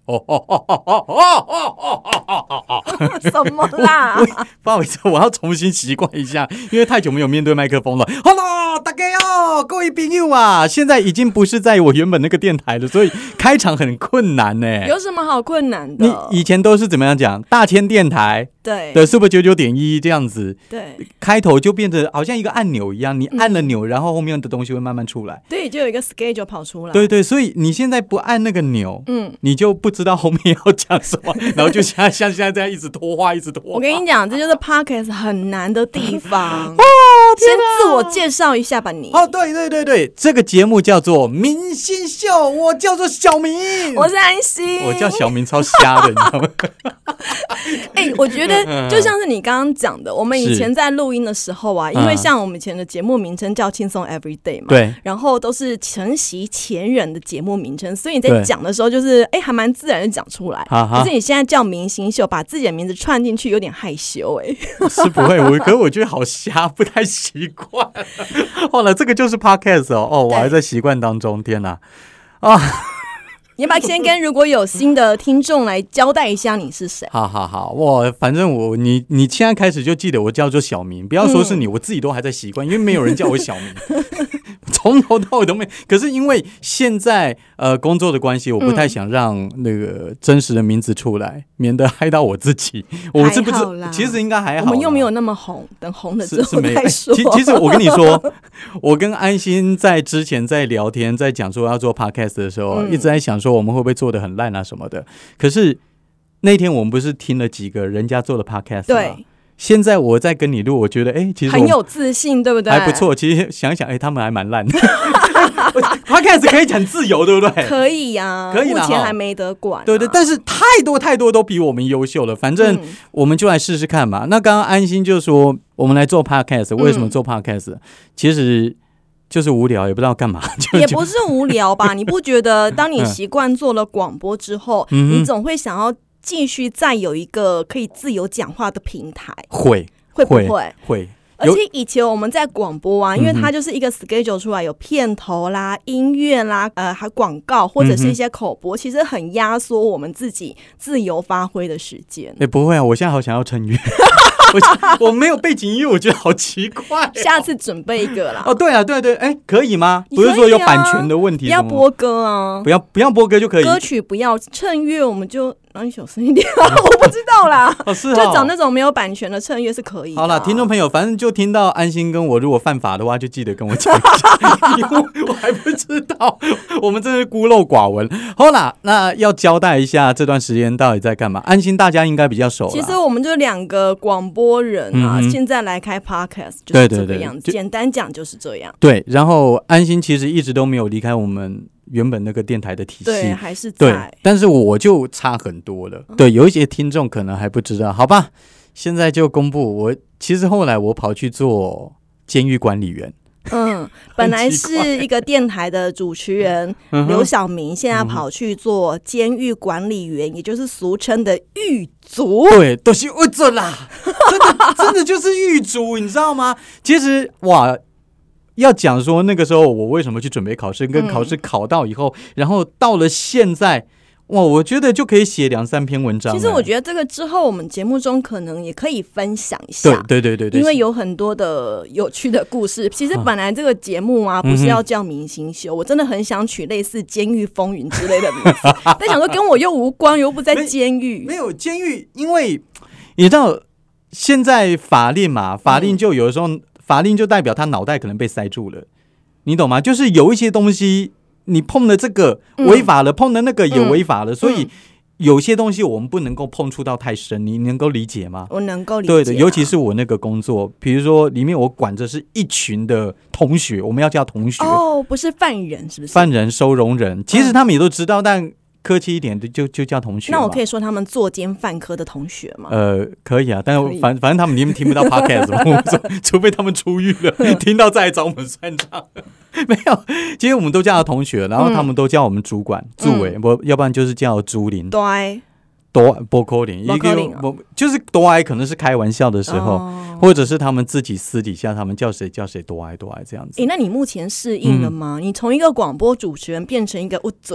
什么啦？ 不好意思，我要重新习惯一下，因为太久没有面对麦克风了。Hello， 大家哦，各位朋友啊，现在已经不是在我原本那个电台了，所以开场很困难呢。 有什么好困难的？ 你以前都是怎么样讲？大千电台对的 Super 99.1这样子， 对， 开头就变得好像一个按钮一样，你按了钮，然后后面的东西会慢慢出来。 对，就有一个 schedule 跑出来。 对对，所以你现在不按那个钮，你就不知道后面要讲什么，然后就像现在这样一直拖话，一直拖话。 我跟你讲，这就是 podcast 很难的地方。 哦， 先自我介绍一下吧你。 哦，对对对对，这个节目叫做明星秀，我叫做小明， 我是安心， 我叫小明超瞎的，你知道吗？ 我觉得就像是你刚刚讲的，我们以前在录音的时候啊，因为像我们以前的节目名称叫轻松 Everyday 嘛， 对， 然后都是承袭前人的节目名称，所以你在讲的时候就是还蛮自然的讲出来。可是你现在叫明星秀，把自己的名字串进去，有点害羞是不会，可是我觉得好瞎，不太习惯。后来这个就是 podcast 我还在习惯当中，天哪啊！ 你要不要先跟如果有新的听众来交代一下你是谁？ 好，反正你现在开始就记得我叫做小明，不要说是你，我自己都还在习惯，因为没有人叫我小明，从头到尾都没。可是因为现在工作的关系，我不太想让那个真实的名字出来，免得害到我自己。我是不是？其实应该还好， 我们又没有那么红，等红了之后再说。 其实我跟你说，我跟安心在之前在聊天，在讲说要做 podcast 的时候，一直在想说我们会不会做得很烂啊什么的。可是那天我们不是听了几个人家做的 podcast 吗？ 对。 现在我在跟你录，我觉得其实很有自信，对不对？ 还不错。其实想想，他们还蛮烂的。Podcast 可以很自由，对不对？ 可以呀，可以啦。目前还没得管。 对对，但是太多都比我们优秀了。反正我们就来试试看嘛。那刚刚安心就说，我们来做 Podcast， 为什么做 Podcast？ 其实就是无聊，也不知道干嘛。 也不是无聊吧？你不觉得当你习惯做了广播之后，你总会想要继续再有一个可以自由讲话的平台？会不会？ 会。 而且以前我们在广播啊，因为它就是一个 schedule 出来，有片头啦、音乐啦、还广告或者是一些口播，其实很压缩我们自己自由发挥的时间。 不会啊，我现在好想要趁乐。我没有背景音乐，我觉得好奇怪。 下次准备一个啦。 对啊，对，可以吗？不是说有版权的问题， 不要播歌啊， 不要播歌就可以。 歌曲不要，趁乐我们就让你小声一点。我不知道啦，就找那种没有版权的趁乐是可以的。 好啦，听众朋友，反正就听到安心跟我如果犯法的话，就记得跟我讲一下，因为我还不知道，我们真是孤陋寡闻。好啦，那要交代一下这段时间到底在干嘛。安心大家应该比较熟啦。 其实我们就两个广播人啊，现在来开 podcast 就是这个样子。简单讲就是这样。对， 然后安心其实一直都没有离开我们原本那个电台的体系， 对，还是在。 对，但是我就差很多了。对，有一些听众可能还不知道，好吧？现在就公布，其实后来我跑去做监狱管理员。 本来是一个电台的主持人刘小明，现在跑去做监狱管理员，也就是俗称的狱卒。 对，都是狱卒啦，真的就是狱卒，你知道吗？其实要讲说那个时候我为什么去准备考试，跟考试考到以后，然后到了现在。我觉得就可以写2-3篇文章。 其实我觉得这个之后我们节目中可能也可以分享一下。 对，因为有很多的有趣的故事。其实本来这个节目啊，不是要叫明星秀，我真的很想取类似监狱风云之类的名字，但想说跟我又无关，又不在监狱。 没有监狱，因为你知道现在法令嘛，法令就有的时候法令就代表他脑袋可能被塞住了，你懂吗？就是有一些东西。你碰了这个违法了，碰了那个也违法了，所以有些东西我们不能够碰触到太深，你能够理解吗？ 我能够理解。 对的，尤其是我那个工作，比如说里面我管着是一群的同学，我们要叫同学不是犯人，是不是？ 犯人、收容人，其实他们也都知道，但客气一点就叫同学。 那我可以说他们作奸犯科的同学吗？ 可以啊，但是反正他们听不到 podcast， 除非他们出狱了，听到再来找我们算账。没有，其实我们都叫他同学，然后他们都叫我们主管、主委，要不然就是叫朱林。 对， 不可能，就是多爱，可能是开玩笑的时候，或者是他们自己私底下，他们叫谁多爱这样子。 那你目前适应了吗？你从一个广播主持人变成一个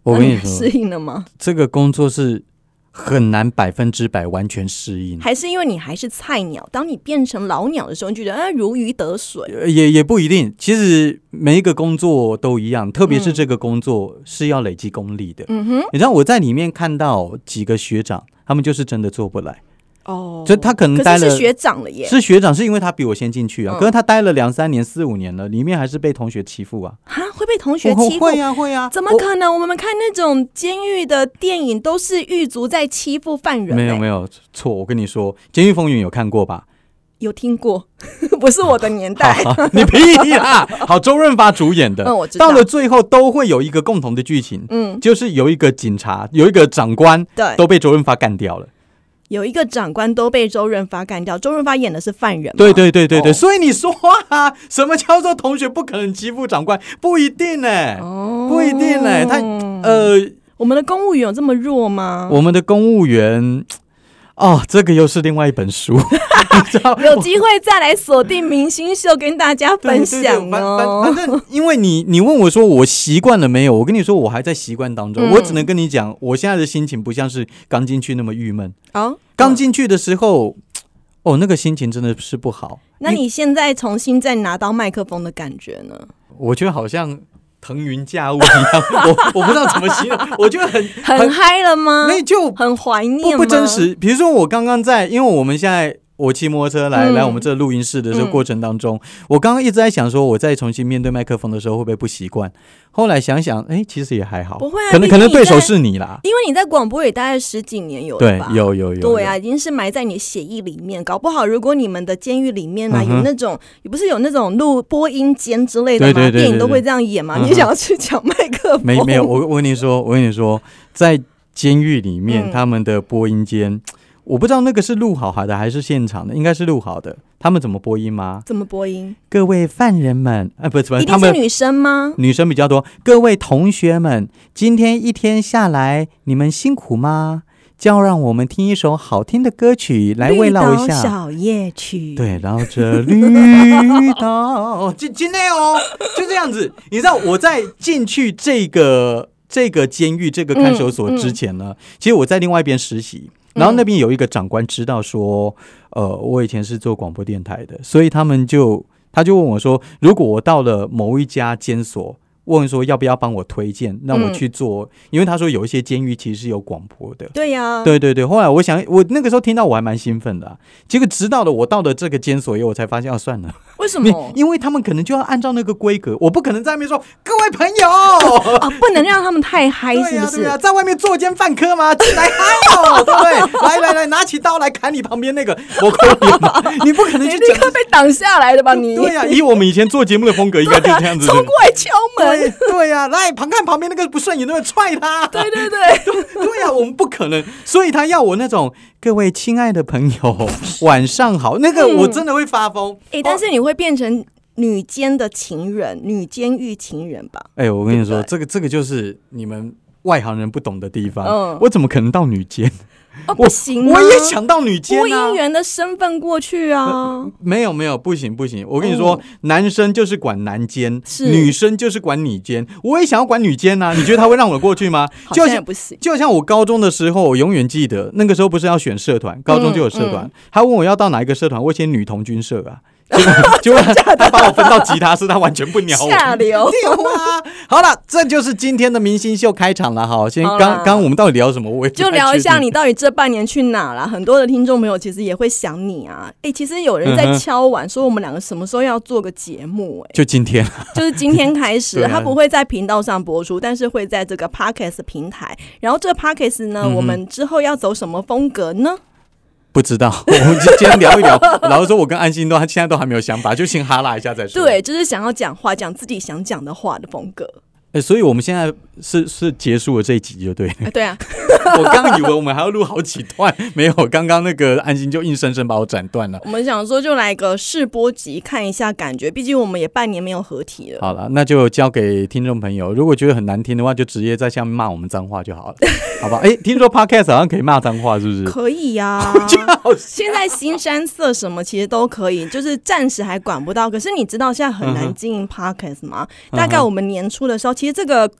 我跟你说， 适应了吗？ 这个工作是很难100%完全适应， 还是因为你还是菜鸟？当你变成老鸟的时候，你觉得如鱼得水？ 也不一定。其实每一个工作都一样，特别是这个工作是要累积功力的。你知道我在里面看到几个学长，他们就是真的做不来。就他可能待了， 可是学长了耶， 是学长，是因为他比我先进去啊。可是他待了2-3年、4-5年了，里面还是被同学欺负啊。 会被同学欺负？ 会啊， 怎么可能？我们看那种监狱的电影，都是狱卒在欺负犯人。 没有错，我跟你说，《监狱风云》有看过吧？ 有听过，不是我的年代。 你屁啦！好，周润发主演的， 我知道。 到了最后都会有一个共同的剧情，就是有一个警察，有一个长官， 对， 都被周润发干掉了。 有一个长官都被周润发干掉，周润发演的是犯人嘛？ 对，所以你说啊，什么叫做同学不可能欺负长官？不一定呢，不一定呢。 我们的公务员有这么弱吗？ 我们的公务员。这个又是另外一本书， 有机会再来锁定明星秀跟大家分享哦。 反正因为你问我说我习惯了没有，我跟你说我还在习惯当中。我只能跟你讲，我现在的心情不像是刚进去那么郁闷。刚进去的时候，那个心情真的是不好。 那你现在重新再拿到麦克风的感觉呢？ 我觉得好像腾云驾雾一样，我不知道怎么形容，我觉得很嗨了吗？ 那就很怀念吗？ 不真实。比如说我刚刚因为我们现在我骑摩托车来我们这录音室的这个过程当中，我刚刚一直在想说，我再重新面对麦克风的时候会不会不习惯？后来想想，其实也还好， 不会啊， 可能对手是你啦， 因为你在广播也大概10几年有了吧？ 对，有， 对啊，已经是埋在你血液里面。搞不好如果你们的监狱里面有那种，不是有那种录播音间之类的吗？电影都会这样演嘛。你想要去抢麦克风？ 没有，我跟你说，在监狱里面，他们的播音间。我不知道那个是录好的还是现场的，应该是录好的。他们怎么播音吗？ 怎么播音？ 各位犯人们，不是， 一定是女生吗？ 女生比较多。各位同学们，今天一天下来，你们辛苦吗？就让我们听一首好听的歌曲来慰劳一下。 绿岛小夜曲。 对，绕着绿岛，今天就这样子。你知道我在进去这个监狱这个看守所之前呢，其实我在另外一边实习。然后那边有一个长官知道说，我以前是做广播电台的，所以他就问我说，如果我到了某一家监所，问说要不要帮我推荐，让我去做，因为他说有一些监狱其实是有广播的。 对呀， 对。后来我那个时候听到我还蛮兴奋的，结果直到了我到了这个监所以后，我才发现算了。 为什么？ 因为他们可能就要按照那个规格，我不可能在那边说各位朋友不能让他们太嗨，是不是？ 对啊，在外面作奸犯科吗？进来嗨哦，对不对？来，拿起刀来砍你旁边那个，我可以吗？你不可能去立刻被挡下来的吧？你对呀，以我们以前做节目的风格，应该就这样子， 冲过来敲门。 对呀，来看旁边那个不顺眼的，踹他。 对呀，我们不可能，所以他要我那种各位亲爱的朋友，晚上好，那个我真的会发疯。 但是你会变成女监的情人，女监狱情人吧？ 我跟你说，这个就是你们外行人不懂的地方。我怎么可能到女监？ 不行， 我也想到女监播音员的身份过去啊。 没有，不行。我跟你说，男生就是管男监，女生就是管女监。我也想要管女监啊，你觉得他会让我过去吗？ 好像也不行。 就像我高中的时候，我永远记得那个时候不是要选社团，高中就有社团，他问我要到哪一个社团，我写女童军社啊。结果他把我分到吉他社，他完全不鸟我， 下流啊！好了，这就是今天的明星秀开场了哈。先刚我们到底聊什么？我也就聊一下你到底这半年去哪了。很多的听众朋友其实也会想你啊。其实有人在敲碗说我们两个什么时候要做个节目？ 就今天， 就是今天开始，它不会在频道上播出，但是会在这个 Podcast 平台。然后这个 Podcast 呢，我们之后要走什么风格呢？ 不知道，我们今天聊一聊。老实说，我跟安心现在都还没有想法，就先哈拉一下再说。 对，就是想要讲话，讲自己想讲的话的风格。 所以我们现在是结束了这一集就对了。 对啊， 我刚以为我们还要录好几段，没有，刚刚那个安心就硬生生把我斩断了。 我们想说就来个试播集看一下感觉，毕竟我们也半年没有合体了。 好了，那就交给听众朋友，如果觉得很难听的话，就直接在下面骂我们脏话就好了，好吧？听说 Podcast 好像可以骂脏话，是不是？ 可以呀，现在新山色什么其实都可以，就是暂时还管不到。可是你知道现在很难经营 Podcast 吗？大概我们年初的时候，其实这个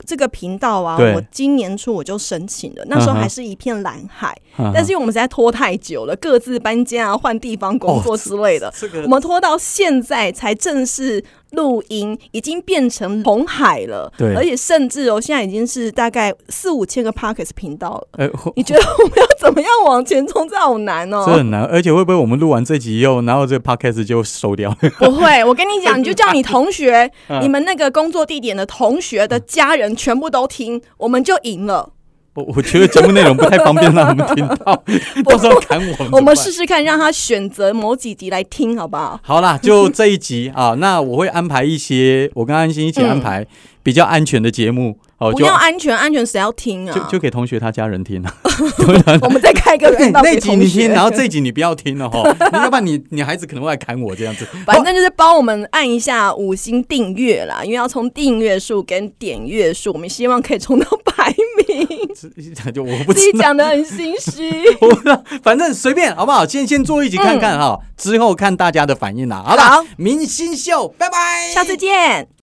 频道啊， 对我今年初我就申请了，那时候还是一片蓝海，但是因为我们实在拖太久了，各自搬家啊、换地方工作之类的，我们拖到现在才正式录音，已经变成红海了。 对， 而且甚至现在已经是大概4-5千个 Podcast 频道了。你觉得我们要怎么样往前冲？这好难哦， 这很难。而且会不会我们录完这集以后，然后这个 Podcast 就收掉？ 不会，我跟你讲，你就叫你同学、你们那个工作地点的同学的家人全部都听，我们就赢了。 我觉得节目内容不太方便让他们听到，到时候砍我们试试看，让他选择某几集来听，好不好？ 好啦，就这一集啊，那我会安排一些，我跟安心一起安排比较安全的节目。 不要安全，安全谁要听啊？ 就给同学他家人听啊。 我们再开个频道给同学。 那集你听，然后这集你不要听了哈，要不然你孩子可能会来砍我这样子。 反正就是帮我们按一下5星订阅啦，因为要冲订阅数跟点阅数，我们希望可以冲到100名。 我不知道， 自己讲的很心虚。 我不知道，反正随便好不好？先做一集看看哈，之后看大家的反应啦。好了，明星秀，拜拜， 下次见。